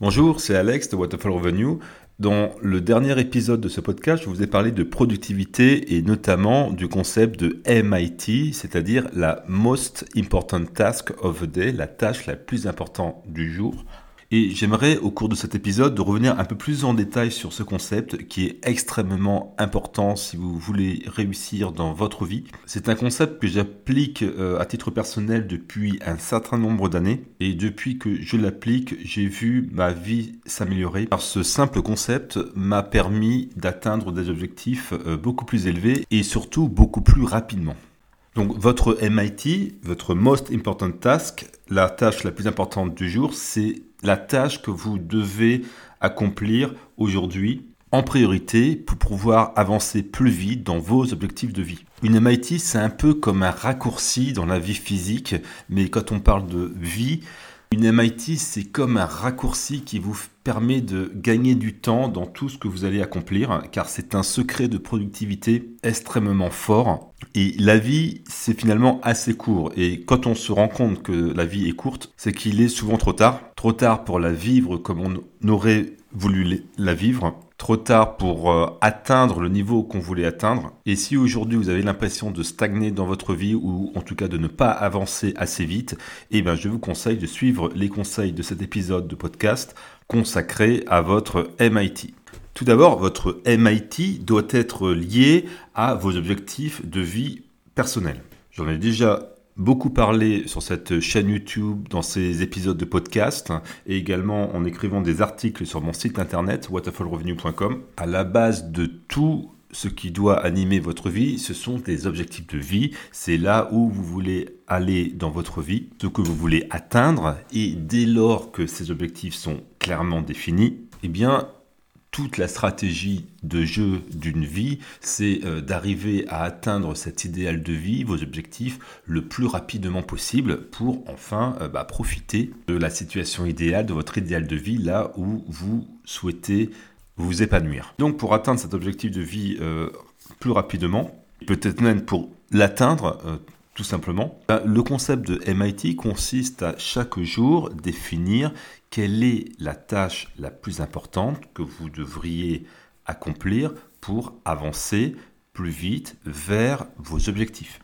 Bonjour, c'est Alex de Waterfall Revenue. Dans le dernier épisode de ce podcast, je vous ai parlé de productivité et notamment du concept de MIT, c'est-à-dire la Most Important Task of the Day, la tâche la plus importante du jour. Et j'aimerais, au cours de cet épisode, de revenir un peu plus en détail sur ce concept qui est extrêmement important si vous voulez réussir dans votre vie. C'est un concept que j'applique à titre personnel depuis un certain nombre d'années. Et depuis que je l'applique, j'ai vu ma vie s'améliorer. Car ce simple concept m'a permis d'atteindre des objectifs beaucoup plus élevés et surtout beaucoup plus rapidement. Donc votre MIT, votre Most Important Task, la tâche la plus importante du jour, c'est la tâche que vous devez accomplir aujourd'hui en priorité pour pouvoir avancer plus vite dans vos objectifs de vie. Une MIT, c'est un peu comme un raccourci dans la vie physique, mais quand on parle de vie, une MIT, c'est comme un raccourci qui vous permet de gagner du temps dans tout ce que vous allez accomplir, car c'est un secret de productivité extrêmement fort. Et la vie, c'est finalement assez court. Et quand on se rend compte que la vie est courte, c'est qu'il est souvent trop tard. Trop tard pour la vivre comme on aurait voulu la vivre. Trop tard pour atteindre le niveau qu'on voulait atteindre. Et si aujourd'hui vous avez l'impression de stagner dans votre vie ou en tout cas de ne pas avancer assez vite, eh bien je vous conseille de suivre les conseils de cet épisode de podcast consacré à votre MIT. Tout d'abord, votre MIT doit être lié à vos objectifs de vie personnels. J'en ai déjà beaucoup parlé sur cette chaîne YouTube, dans ces épisodes de podcast et également en écrivant des articles sur mon site internet waterfallrevenue.com. À la base de tout ce qui doit animer votre vie, ce sont des objectifs de vie. C'est là où vous voulez aller dans votre vie, ce que vous voulez atteindre. Et dès lors que ces objectifs sont clairement définis, eh bien, toute la stratégie de jeu d'une vie, c'est d'arriver à atteindre cet idéal de vie, vos objectifs, le plus rapidement possible pour enfin profiter de la situation idéale, de votre idéal de vie, là où vous souhaitez vous épanouir. Donc pour atteindre cet objectif de vie plus rapidement, peut-être même pour l'atteindre tout simplement, le concept de MIT consiste à chaque jour définir quelle est la tâche la plus importante que vous devriez accomplir pour avancer plus vite vers vos objectifs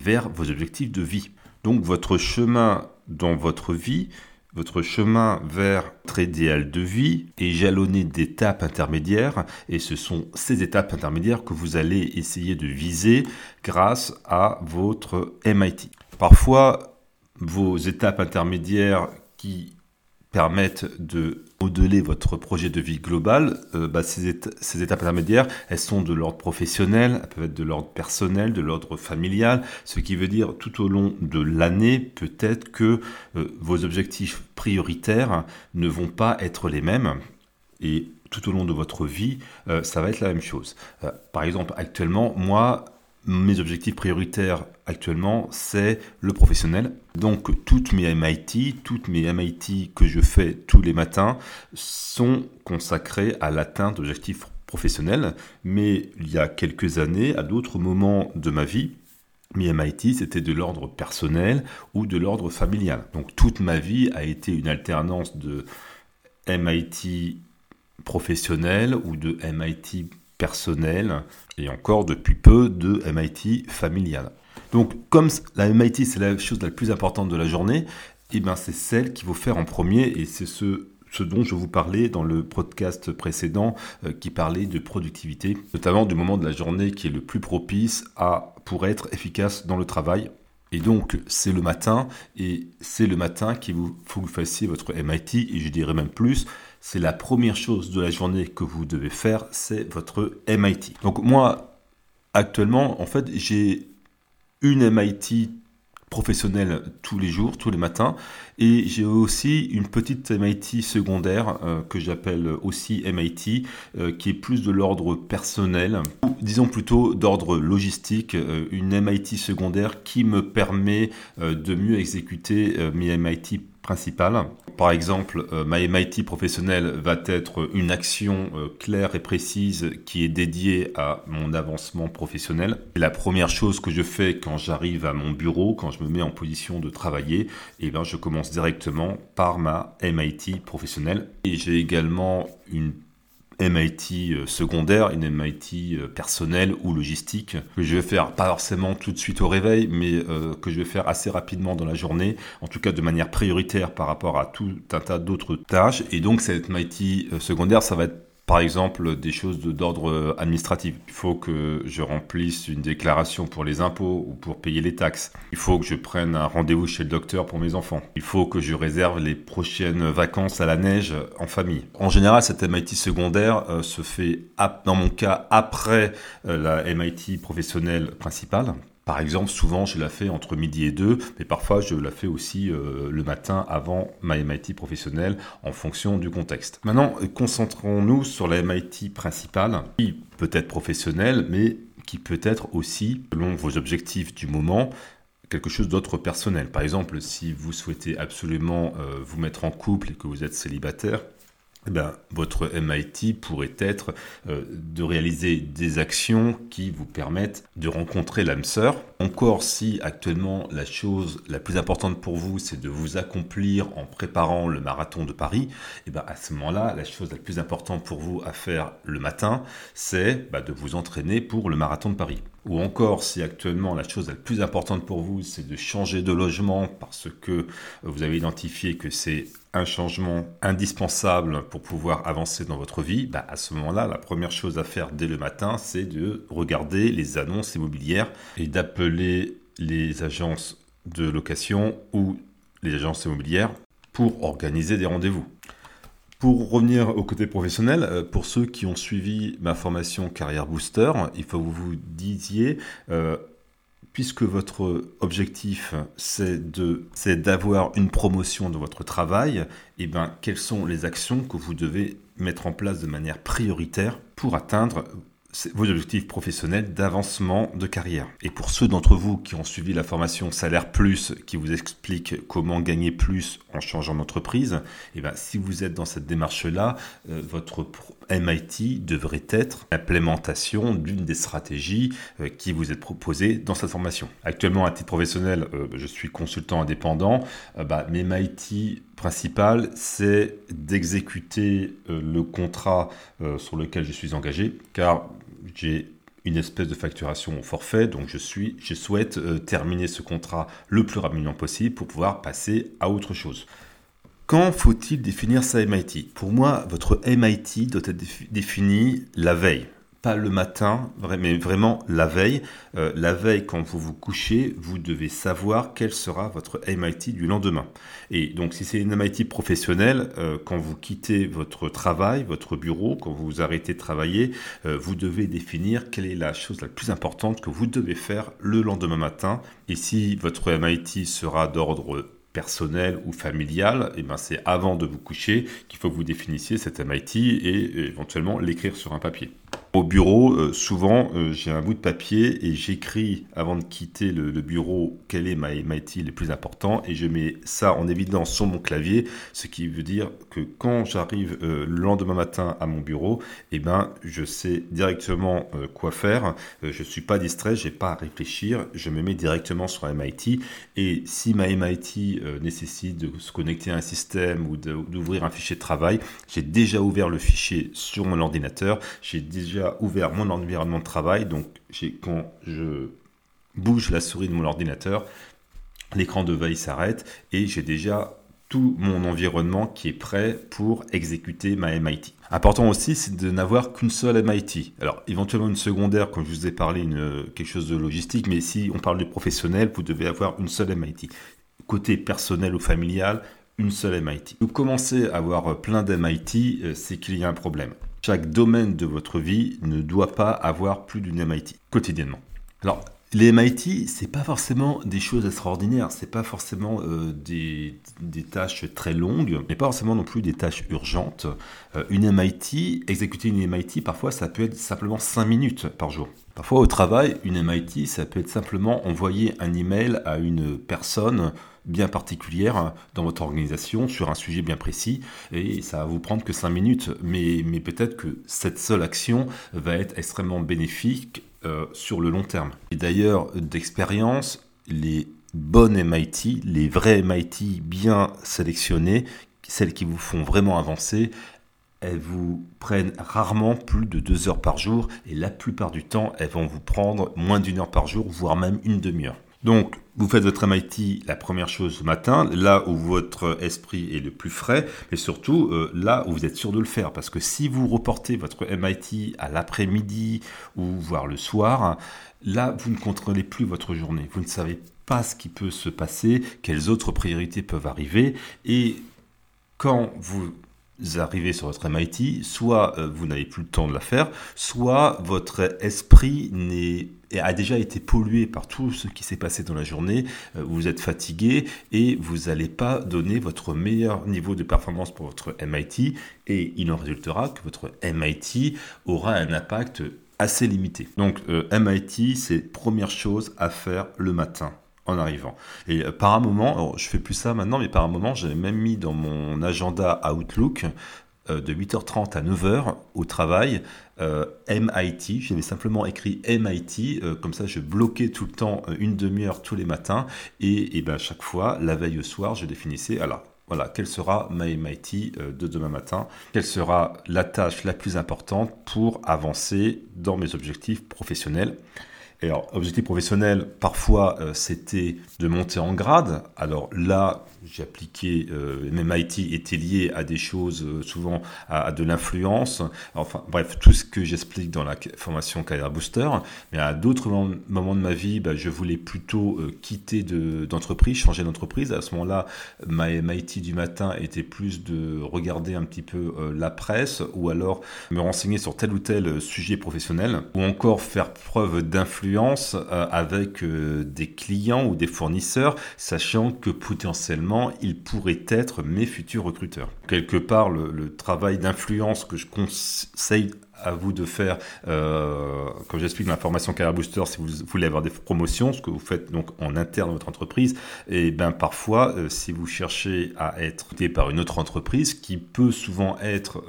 de vie. Donc votre chemin dans votre vie, votre chemin vers votre idéal de vie est jalonné d'étapes intermédiaires et ce sont ces étapes intermédiaires que vous allez essayer de viser grâce à votre MIT. Parfois, vos étapes intermédiaires qui permettent de modeler votre projet de vie global, ces étapes intermédiaires, elles sont de l'ordre professionnel, elles peuvent être de l'ordre personnel, de l'ordre familial, ce qui veut dire tout au long de l'année, peut-être que vos objectifs prioritaires ne vont pas être les mêmes et tout au long de votre vie, ça va être la même chose. Par exemple, actuellement, moi, mes objectifs prioritaires actuellement, c'est le professionnel. Donc, toutes mes MIT que je fais tous les matins sont consacrées à l'atteinte d'objectifs professionnels. Mais il y a quelques années, à d'autres moments de ma vie, mes MIT, c'était de l'ordre personnel ou de l'ordre familial. Donc, toute ma vie a été une alternance de MIT professionnel ou de MIT personnel et encore depuis peu de MIT familial. Donc comme la MIT c'est la chose la plus importante de la journée, eh ben, c'est celle qu'il faut faire en premier et c'est ce dont je vous parlais dans le podcast précédent qui parlait de productivité, notamment du moment de la journée qui est le plus propice pour être efficace dans le travail. Et donc, c'est le matin qu'il faut que vous fassiez votre MIT, et je dirais même plus, c'est la première chose de la journée que vous devez faire, c'est votre MIT. Donc moi, actuellement, en fait, j'ai une MIT professionnelle tous les jours, tous les matins, et j'ai aussi une petite MIT secondaire que j'appelle aussi MIT, qui est plus de l'ordre personnel, ou disons plutôt d'ordre logistique, une MIT secondaire qui me permet de mieux exécuter mes MIT principales. Par exemple, ma MIT professionnelle va être une action claire et précise qui est dédiée à mon avancement professionnel. Et la première chose que je fais quand j'arrive à mon bureau, quand je me mets en position de travailler, je commence directement par ma MIT professionnelle. Et j'ai également une MIT secondaire, une MIT personnelle ou logistique, que je vais faire pas forcément tout de suite au réveil, mais que je vais faire assez rapidement dans la journée, en tout cas de manière prioritaire par rapport à tout un tas d'autres tâches. Et donc cette MIT secondaire, ça va être par exemple des choses d'ordre administratif. Il faut que je remplisse une déclaration pour les impôts ou pour payer les taxes. Il faut que je prenne un rendez-vous chez le docteur pour mes enfants. Il faut que je réserve les prochaines vacances à la neige en famille. En général, cette MIT secondaire se fait, dans mon cas, après la MIT professionnelle principale. Par exemple, souvent, je la fais entre midi et 2, mais parfois, je la fais aussi le matin avant ma MIT professionnelle en fonction du contexte. Maintenant, concentrons-nous sur la MIT principale, qui peut être professionnelle, mais qui peut être aussi, selon vos objectifs du moment, quelque chose d'autre personnel. Par exemple, si vous souhaitez absolument vous mettre en couple et que vous êtes célibataire, votre MIT pourrait être de réaliser des actions qui vous permettent de rencontrer l'âme sœur. Encore si actuellement la chose la plus importante pour vous c'est de vous accomplir en préparant le marathon de Paris, à ce moment-là la chose la plus importante pour vous à faire le matin c'est de vous entraîner pour le marathon de Paris. Ou encore si actuellement la chose la plus importante pour vous c'est de changer de logement parce que vous avez identifié que c'est un changement indispensable pour pouvoir avancer dans votre vie, à ce moment-là, la première chose à faire dès le matin, c'est de regarder les annonces immobilières et d'appeler les agences de location ou les agences immobilières pour organiser des rendez-vous. Pour revenir au côté professionnel, pour ceux qui ont suivi ma formation Carrière Booster, il faut que vous disiez... puisque votre objectif c'est d'avoir une promotion de votre travail, quelles sont les actions que vous devez mettre en place de manière prioritaire pour atteindre vos objectifs professionnels d'avancement de carrière. Et pour ceux d'entre vous qui ont suivi la formation Salaire Plus, qui vous explique comment gagner plus en changeant d'entreprise, si vous êtes dans cette démarche-là, votre MIT devrait être l'implémentation d'une des stratégies qui vous est proposée dans cette formation. Actuellement, à titre professionnel, je suis consultant indépendant. Mes MIT principal, c'est d'exécuter le contrat sur lequel je suis engagé, car j'ai une espèce de facturation au forfait, donc je souhaite terminer ce contrat le plus rapidement possible pour pouvoir passer à autre chose. Quand faut-il définir sa MIT ? Pour moi, votre MIT doit être défini la veille. Pas le matin, mais vraiment la veille. La veille, quand vous vous couchez, vous devez savoir quel sera votre MIT du lendemain. Et donc, si c'est une MIT professionnelle, quand vous quittez votre travail, votre bureau, quand vous arrêtez de travailler, vous devez définir quelle est la chose la plus importante que vous devez faire le lendemain matin. Et si votre MIT sera d'ordre personnel ou familial, c'est avant de vous coucher qu'il faut que vous définissiez cette MIT et éventuellement l'écrire sur un papier. Au bureau, souvent, j'ai un bout de papier et j'écris avant de quitter le bureau quel est ma MIT le plus important et je mets ça en évidence sur mon clavier, ce qui veut dire que quand j'arrive le lendemain matin à mon bureau, je sais directement quoi faire. Je ne suis pas distrait, je n'ai pas à réfléchir, je me mets directement sur MIT et si ma MIT nécessite de se connecter à un système ou d'ouvrir un fichier de travail, j'ai déjà ouvert le fichier sur mon ordinateur, j'ai déjà ouvert mon environnement de travail, donc quand je bouge la souris de mon ordinateur, l'écran de veille s'arrête et j'ai déjà tout mon environnement qui est prêt pour exécuter ma MIT. Important aussi, c'est de n'avoir qu'une seule MIT. Alors, éventuellement une secondaire, comme je vous ai parlé, quelque chose de logistique, mais si on parle de professionnel, vous devez avoir une seule MIT. Côté personnel ou familial, une seule MIT. Vous commencez à avoir plein d'MIT, c'est qu'il y a un problème. Chaque domaine de votre vie ne doit pas avoir plus d'une MIT quotidiennement. Alors, les MIT, c'est pas forcément des choses extraordinaires, c'est pas forcément des tâches très longues, mais pas forcément non plus des tâches urgentes. Une MIT, exécuter une MIT, parfois ça peut être simplement 5 minutes par jour. Parfois au travail, une MIT, ça peut être simplement envoyer un email à une personne bien particulière dans votre organisation sur un sujet bien précis et ça va vous prendre que 5 minutes. Mais peut-être que cette seule action va être extrêmement bénéfique sur le long terme. Et d'ailleurs, d'expérience, les bonnes MIT, les vrais MIT bien sélectionnés, celles qui vous font vraiment avancer, elles vous prennent rarement plus de 2 heures par jour et la plupart du temps, elles vont vous prendre moins d'1 heure par jour, voire même une demi-heure. Donc, vous faites votre MIT la première chose le matin, là où votre esprit est le plus frais, mais surtout là où vous êtes sûr de le faire. Parce que si vous reportez votre MIT à l'après-midi ou voire le soir, là, vous ne contrôlez plus votre journée. Vous ne savez pas ce qui peut se passer, quelles autres priorités peuvent arriver. Et quand vous arrivez sur votre MIT, soit vous n'avez plus le temps de la faire, soit votre esprit a déjà été pollué par tout ce qui s'est passé dans la journée, vous êtes fatigué et vous n'allez pas donner votre meilleur niveau de performance pour votre MIT et il en résultera que votre MIT aura un impact assez limité. Donc MIT, c'est première chose à faire le matin en arrivant. Et par un moment, alors je fais plus ça maintenant, mais par un moment, j'avais même mis dans mon agenda Outlook de 8h30 à 9h au travail, MIT, j'avais simplement écrit MIT, comme ça je bloquais tout le temps une demi-heure tous les matins, et ben, chaque fois, la veille au soir, je définissais, alors voilà, quel sera ma MIT de demain matin, quelle sera la tâche la plus importante pour avancer dans mes objectifs professionnels. Et alors, objectif professionnel, parfois, c'était de monter en grade. Alors là, j'ai appliqué, MIT était lié à des choses, souvent à de l'influence. Enfin, bref, tout ce que j'explique dans la formation Career Booster. Mais à d'autres moments de ma vie, je voulais plutôt quitter d'entreprise, changer d'entreprise. À ce moment-là, ma MIT du matin était plus de regarder un petit peu la presse ou alors me renseigner sur tel ou tel sujet professionnel ou encore faire preuve d'influence avec des clients ou des fournisseurs, sachant que potentiellement, ils pourraient être mes futurs recruteurs. Quelque part, le travail d'influence que je conseille à vous de faire, comme j'explique dans la formation Career Booster, si vous voulez avoir des promotions, ce que vous faites donc en interne dans votre entreprise, et bien parfois, si vous cherchez à être recruté par une autre entreprise, qui peut souvent être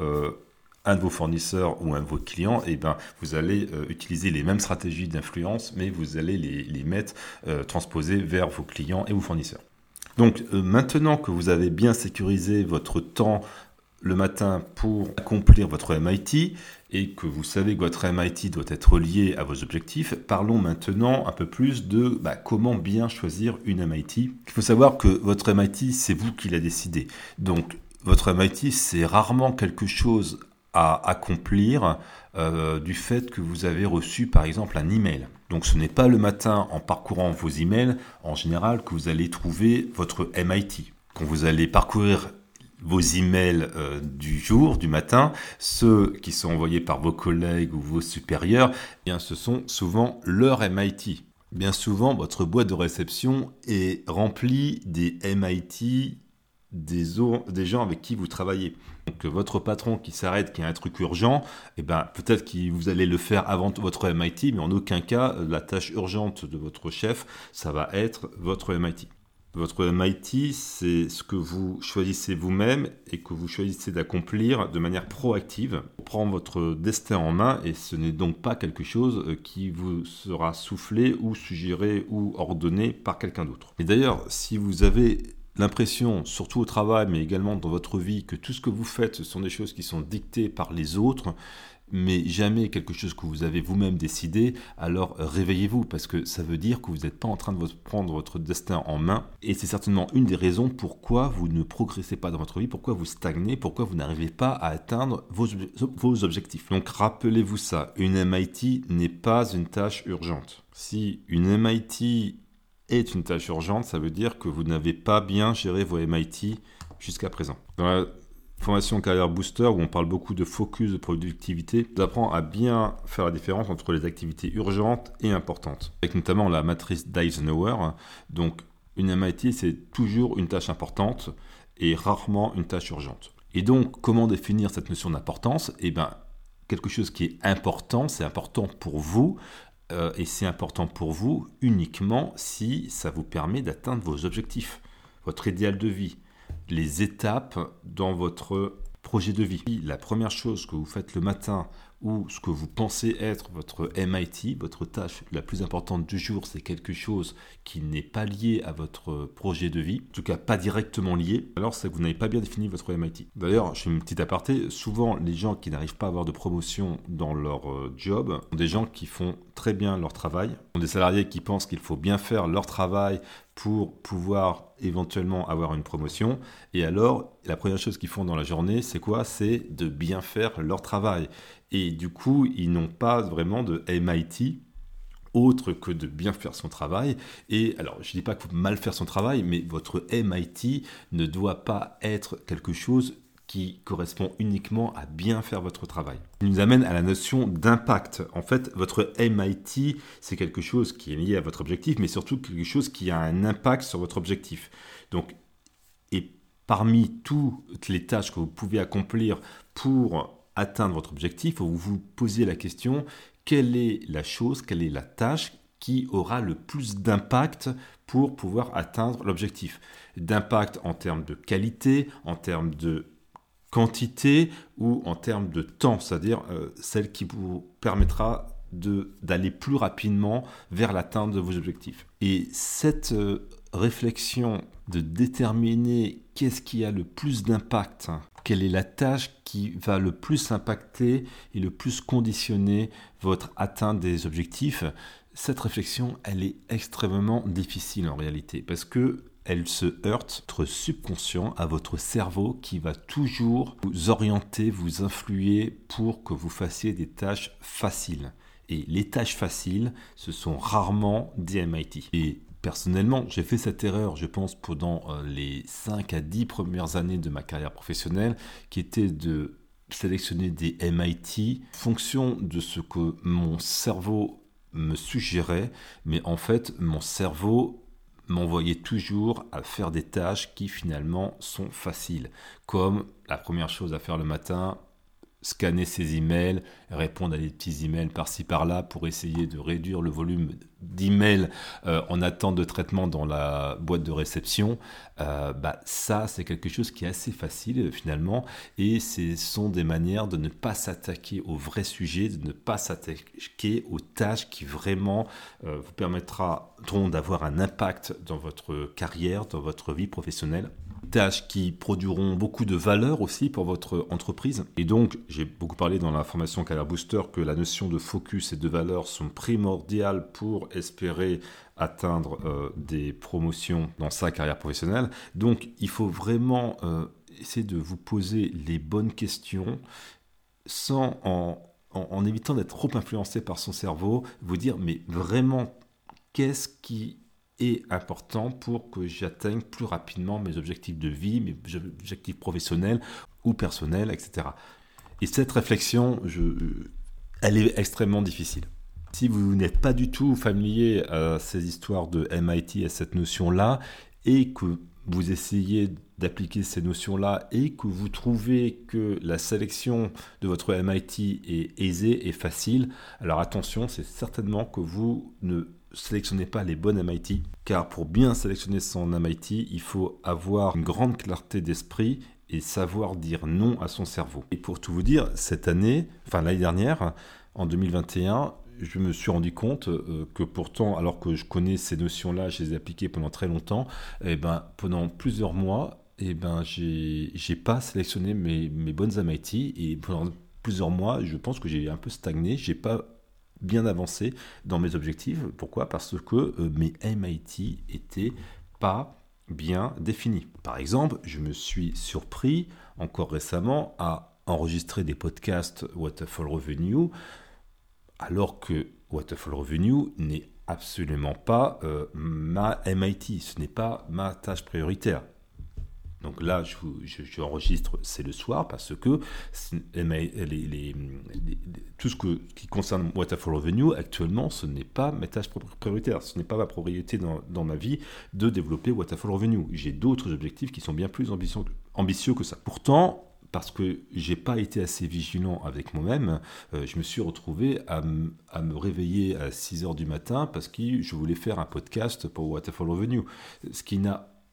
un de vos fournisseurs ou un de vos clients, et ben vous allez utiliser les mêmes stratégies d'influence, mais vous allez les mettre transposées vers vos clients et vos fournisseurs. Donc maintenant que vous avez bien sécurisé votre temps le matin pour accomplir votre MIT et que vous savez que votre MIT doit être lié à vos objectifs, parlons maintenant un peu plus de comment bien choisir une MIT. Il faut savoir que votre MIT, c'est vous qui l'avez décidé. Donc votre MIT, c'est rarement quelque chose à accomplir du fait que vous avez reçu par exemple un email. Donc ce n'est pas le matin en parcourant vos emails en général que vous allez trouver votre MIT. Quand vous allez parcourir vos emails du jour, du matin, ceux qui sont envoyés par vos collègues ou vos supérieurs, eh bien ce sont souvent leurs MIT. Bien souvent, votre boîte de réception est remplie des MIT des gens avec qui vous travaillez. Donc votre patron qui s'arrête, qui a un truc urgent, eh ben, peut-être que vous allez le faire avant votre MIT, mais en aucun cas, la tâche urgente de votre chef, ça va être votre MIT. Votre MIT, c'est ce que vous choisissez vous-même et que vous choisissez d'accomplir de manière proactive pour prendre votre destin en main, et ce n'est donc pas quelque chose qui vous sera soufflé ou suggéré ou ordonné par quelqu'un d'autre. Et d'ailleurs, si vous avez l'impression, surtout au travail, mais également dans votre vie, que tout ce que vous faites, ce sont des choses qui sont dictées par les autres, mais jamais quelque chose que vous avez vous-même décidé, alors réveillez-vous, parce que ça veut dire que vous n'êtes pas en train de prendre votre destin en main, et c'est certainement une des raisons pourquoi vous ne progressez pas dans votre vie, pourquoi vous stagnez, pourquoi vous n'arrivez pas à atteindre vos objectifs. Donc rappelez-vous ça, une MIT n'est pas une tâche urgente. Si une MIT est une tâche urgente, ça veut dire que vous n'avez pas bien géré vos MIT jusqu'à présent. Dans la formation Career Booster, où on parle beaucoup de focus, de productivité, on apprend à bien faire la différence entre les activités urgentes et importantes, avec notamment la matrice d'Eisenhower. Donc, une MIT, c'est toujours une tâche importante et rarement une tâche urgente. Et donc, comment définir cette notion d'importance ? Eh bien, quelque chose qui est important, c'est important pour vous, et c'est important pour vous uniquement si ça vous permet d'atteindre vos objectifs. votre idéal de vie, les étapes dans votre projet de vie. La première chose que vous faites le matin ou ce que vous pensez être votre MIT, votre tâche la plus importante du jour, c'est quelque chose qui n'est pas lié à votre projet de vie, en tout cas pas directement lié, alors c'est que vous n'avez pas bien défini votre MIT. D'ailleurs, je fais une petite aparté, souvent les gens qui n'arrivent pas à avoir de promotion dans leur job sont des gens qui font très bien leur travail, sont des salariés qui pensent qu'il faut bien faire leur travail pour pouvoir éventuellement avoir une promotion. Et alors, la première chose qu'ils font dans la journée, c'est quoi? C'est de bien faire leur travail. Et du coup, ils n'ont pas vraiment de MIT autre que de bien faire son travail. Et alors, je ne dis pas qu'il faut mal faire son travail, mais votre MIT ne doit pas être quelque chose qui correspond uniquement à bien faire votre travail. Il nous amène à la notion d'impact. En fait, votre MIT, c'est quelque chose qui est lié à votre objectif, mais surtout quelque chose qui a un impact sur votre objectif. Donc, et parmi toutes les tâches que vous pouvez accomplir pour atteindre votre objectif, vous vous posez la question, quelle est la chose, quelle est la tâche qui aura le plus d'impact pour pouvoir atteindre l'objectif? D'impact en termes de qualité, en termes de quantité ou en termes de temps, c'est-à-dire celle qui vous permettra d'aller plus rapidement vers l'atteinte de vos objectifs. Et cette réflexion de déterminer qu'est-ce qui a le plus d'impact, quelle est la tâche qui va le plus impacter et le plus conditionner votre atteinte des objectifs, cette réflexion, elle est extrêmement difficile en réalité parce que elle se heurte à votre subconscient, à votre cerveau qui va toujours vous orienter, vous influer pour que vous fassiez des tâches faciles. Et les tâches faciles, ce sont rarement des MIT. Et personnellement, j'ai fait cette erreur, je pense, pendant les 5 à 10 premières années de ma carrière professionnelle, qui était de sélectionner des MIT en fonction de ce que mon cerveau me suggérait. Mais en fait, mon cerveau m'envoyait toujours à faire des tâches qui finalement sont faciles, comme la première chose à faire le matin, scanner ses emails, répondre à des petits emails par-ci par-là pour essayer de réduire le volume d'emails en attente de traitement dans la boîte de réception. Ça, c'est quelque chose qui est assez facile finalement, et ce sont des manières de ne pas s'attaquer au vrai sujet, de ne pas s'attaquer aux tâches qui vraiment vous permettront d'avoir un impact dans votre carrière, dans votre vie professionnelle. Tâches qui produiront beaucoup de valeur aussi pour votre entreprise. Et donc, j'ai beaucoup parlé dans la formation Career Booster que la notion de focus et de valeur sont primordiales pour espérer atteindre des promotions dans sa carrière professionnelle. Donc, il faut vraiment essayer de vous poser les bonnes questions en évitant d'être trop influencé par son cerveau, vous dire, mais vraiment, qu'est-ce qui est important pour que j'atteigne plus rapidement mes objectifs de vie, mes objectifs professionnels ou personnels, etc. Et cette réflexion, elle est extrêmement difficile. Si vous n'êtes pas du tout familier à ces histoires de MIT, à cette notion-là, et que vous essayez d'appliquer ces notions-là et que vous trouvez que la sélection de votre MIT est aisée et facile, alors attention, c'est certainement que vous ne sélectionnez pas les bonnes MIT, car pour bien sélectionner son MIT, il faut avoir une grande clarté d'esprit et savoir dire non à son cerveau. Et pour tout vous dire, l'année dernière, en 2021, je me suis rendu compte que pourtant, alors que je connais ces notions-là, je les ai appliquées pendant très longtemps, pendant plusieurs mois, j'ai pas sélectionné mes bonnes MIT, et pendant plusieurs mois, je pense que j'ai un peu stagné, j'ai pas bien avancé dans mes objectifs. Pourquoi? Parce que mes MIT étaient pas bien définis. Par exemple, je me suis surpris encore récemment à enregistrer des podcasts Waterfall Revenue, alors que Waterfall Revenue n'est absolument pas ma MIT, ce n'est pas ma tâche prioritaire. Donc là, je enregistre, c'est le soir, parce que tout ce qui concerne Waterfall Revenue, actuellement, ce n'est pas mes tâches prioritaires. Ce n'est pas ma priorité dans ma vie de développer Waterfall Revenue. J'ai d'autres objectifs qui sont bien plus ambitieux que ça. Pourtant, parce que j'ai pas été assez vigilant avec moi-même, je me suis retrouvé à me réveiller à 6h du matin parce que je voulais faire un podcast pour Waterfall Revenue. Ce qui n'a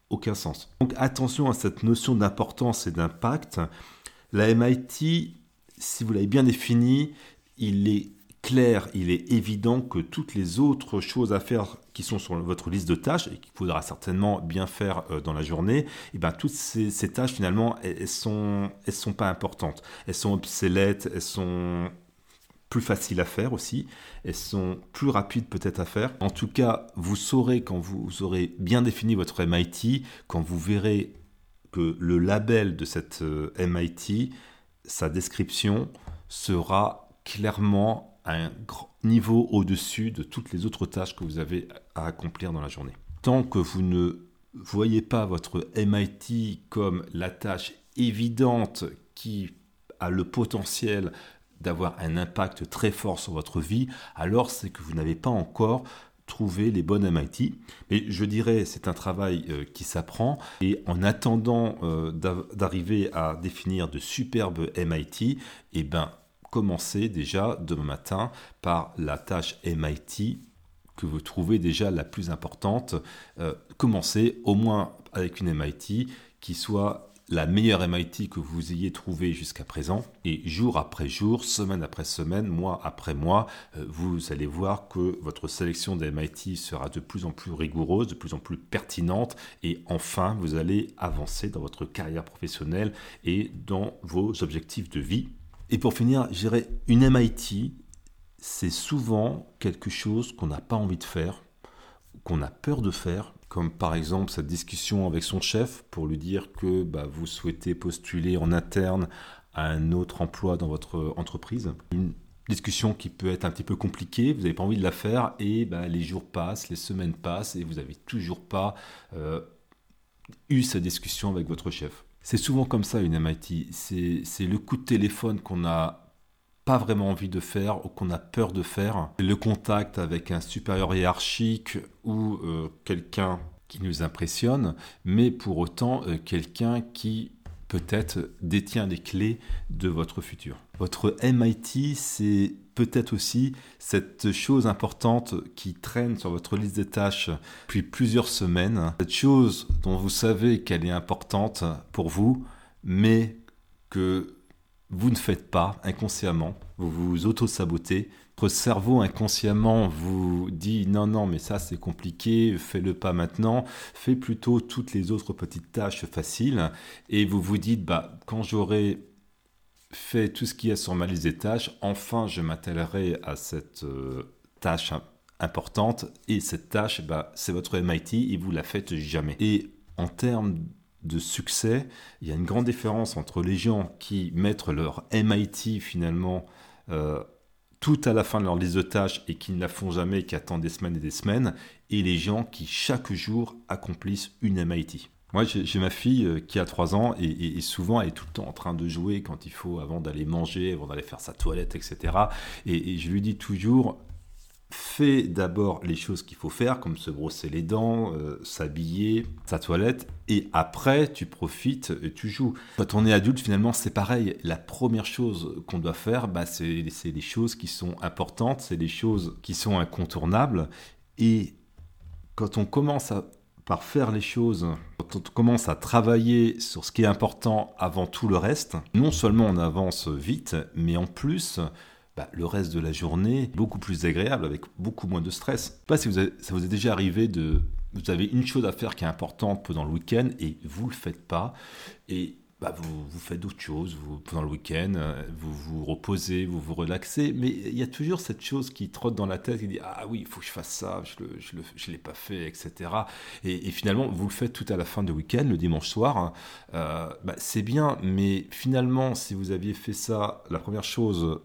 aucun sens. Donc attention à cette notion d'importance et d'impact. La MIT, si vous l'avez bien défini, il est clair, il est évident que toutes les autres choses à faire qui sont sur votre liste de tâches et qu'il faudra certainement bien faire dans la journée, et bien toutes ces tâches finalement, elles sont pas importantes. Elles sont obsolètes, elles sont plus faciles à faire aussi, elles sont plus rapides peut-être à faire. En tout cas, vous saurez quand vous aurez bien défini votre MIT, quand vous verrez que le label de cette MIT, sa description sera clairement un grand niveau au-dessus de toutes les autres tâches que vous avez à accomplir dans la journée. Tant que vous ne voyez pas votre MIT comme la tâche évidente qui a le potentiel d'avoir un impact très fort sur votre vie, alors c'est que vous n'avez pas encore trouvé les bonnes MIT. Mais je dirais c'est un travail qui s'apprend, et en attendant d'arriver à définir de superbes MIT, eh ben commencez déjà demain matin par la tâche MIT que vous trouvez déjà la plus importante. Commencez au moins avec une MIT qui soit la meilleure MIT que vous ayez trouvée jusqu'à présent. Et jour après jour, semaine après semaine, mois après mois, vous allez voir que votre sélection des MIT sera de plus en plus rigoureuse, de plus en plus pertinente. Et enfin, vous allez avancer dans votre carrière professionnelle et dans vos objectifs de vie. Et pour finir, je dirais, une MIT, c'est souvent quelque chose qu'on n'a pas envie de faire, qu'on a peur de faire, comme par exemple cette discussion avec son chef pour lui dire que vous souhaitez postuler en interne à un autre emploi dans votre entreprise. Une discussion qui peut être un petit peu compliquée, vous n'avez pas envie de la faire, et les jours passent, les semaines passent, et vous n'avez toujours pas eu cette discussion avec votre chef. C'est souvent comme ça une MIT, c'est le coup de téléphone qu'on n'a pas vraiment envie de faire ou qu'on a peur de faire. Le contact avec un supérieur hiérarchique ou quelqu'un qui nous impressionne, mais pour autant quelqu'un qui peut-être détient les clés de votre futur. Votre MIT, c'est peut-être aussi cette chose importante qui traîne sur votre liste des tâches depuis plusieurs semaines. Cette chose dont vous savez qu'elle est importante pour vous, mais que vous ne faites pas inconsciemment. Vous vous auto-sabotez. Votre cerveau inconsciemment vous dit non, mais ça c'est compliqué, fais-le pas maintenant, fais plutôt toutes les autres petites tâches faciles. Et vous vous dites, quand j'aurai fait tout ce qu'il y a sur ma liste des tâches, enfin je m'attellerai à cette tâche importante. Et cette tâche, c'est votre MIT et vous la faites jamais. Et en termes de succès, il y a une grande différence entre les gens qui mettent leur MIT finalement tout à la fin de leur liste de tâches et qui ne la font jamais, qui attendent des semaines et des semaines, et les gens qui chaque jour accomplissent une MIT. Moi, j'ai ma fille qui a 3 ans et souvent elle est tout le temps en train de jouer quand il faut, avant d'aller manger, avant d'aller faire sa toilette, etc. Et je lui dis toujours, fais d'abord les choses qu'il faut faire, comme se brosser les dents, s'habiller, sa toilette, et après tu profites et tu joues. Quand on est adulte, finalement, c'est pareil. La première chose qu'on doit faire, c'est les choses qui sont importantes, c'est les choses qui sont incontournables. Et quand on commence par faire les choses, quand on commence à travailler sur ce qui est important avant tout le reste, non seulement on avance vite, mais en plus le reste de la journée est beaucoup plus agréable, avec beaucoup moins de stress. Je ne sais pas si ça vous est déjà arrivé vous avez une chose à faire qui est importante pendant le week-end et vous ne le faites pas. Et vous faites d'autres choses pendant le week-end, vous vous reposez, vous vous relaxez, mais il y a toujours cette chose qui trotte dans la tête, qui dit « Ah oui, il faut que je fasse ça, je ne l'ai pas fait, etc. » Et finalement, vous le faites tout à la fin du week-end, le dimanche soir. C'est bien, mais finalement, si vous aviez fait ça, la première chose,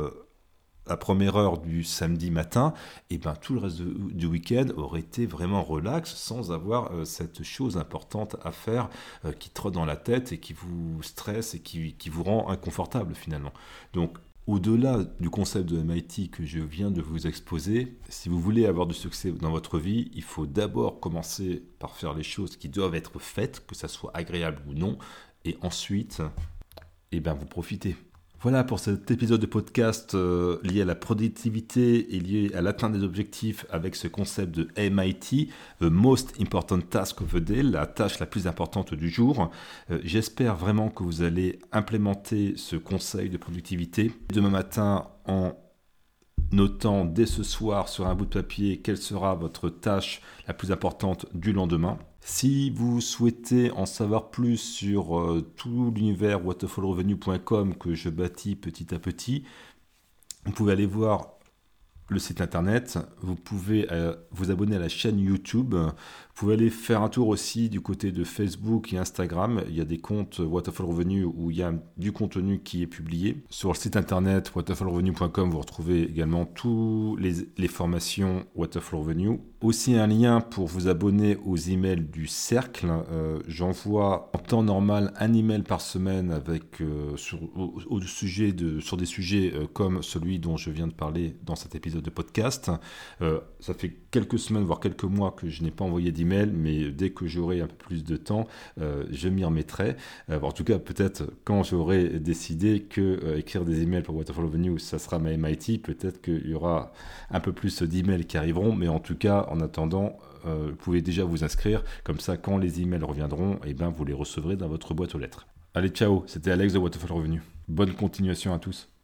la première heure du samedi matin, tout le reste du week-end aurait été vraiment relax, sans avoir cette chose importante à faire qui trotte dans la tête et qui vous stresse et qui vous rend inconfortable finalement. Donc, au-delà du concept de MIT que je viens de vous exposer, si vous voulez avoir du succès dans votre vie, il faut d'abord commencer par faire les choses qui doivent être faites, que ça soit agréable ou non, et ensuite, vous profitez. Voilà pour cet épisode de podcast lié à la productivité et lié à l'atteinte des objectifs avec ce concept de MIT, The Most Important Task of the Day, la tâche la plus importante du jour. J'espère vraiment que vous allez implémenter ce conseil de productivité demain matin en notant dès ce soir sur un bout de papier quelle sera votre tâche la plus importante du lendemain. Si vous souhaitez en savoir plus sur tout l'univers waterfallrevenue.com que je bâtis petit à petit, vous pouvez aller voir le site internet, vous pouvez vous abonner à la chaîne YouTube, vous pouvez aller faire un tour aussi du côté de Facebook et Instagram, il y a des comptes Waterfall Revenue où il y a du contenu qui est publié. Sur le site internet waterfallrevenue.com, vous retrouvez également toutes les formations Waterfall Revenue. Aussi un lien pour vous abonner aux emails du cercle. J'envoie en temps normal un email par semaine avec sur des sujets comme celui dont je viens de parler dans cet épisode de podcast. Ça fait quelques semaines, voire quelques mois que je n'ai pas envoyé d'email, mais dès que j'aurai un peu plus de temps, je m'y remettrai. En tout cas, peut-être quand j'aurai décidé que écrire des emails pour Waterfall Revenue, ça sera ma MIT, peut-être qu'il y aura un peu plus d'emails qui arriveront, mais en tout cas, en attendant, vous pouvez déjà vous inscrire, comme ça quand les emails reviendront, vous les recevrez dans votre boîte aux lettres. Allez, ciao, c'était Alex de Waterfall Revenue. Bonne continuation à tous.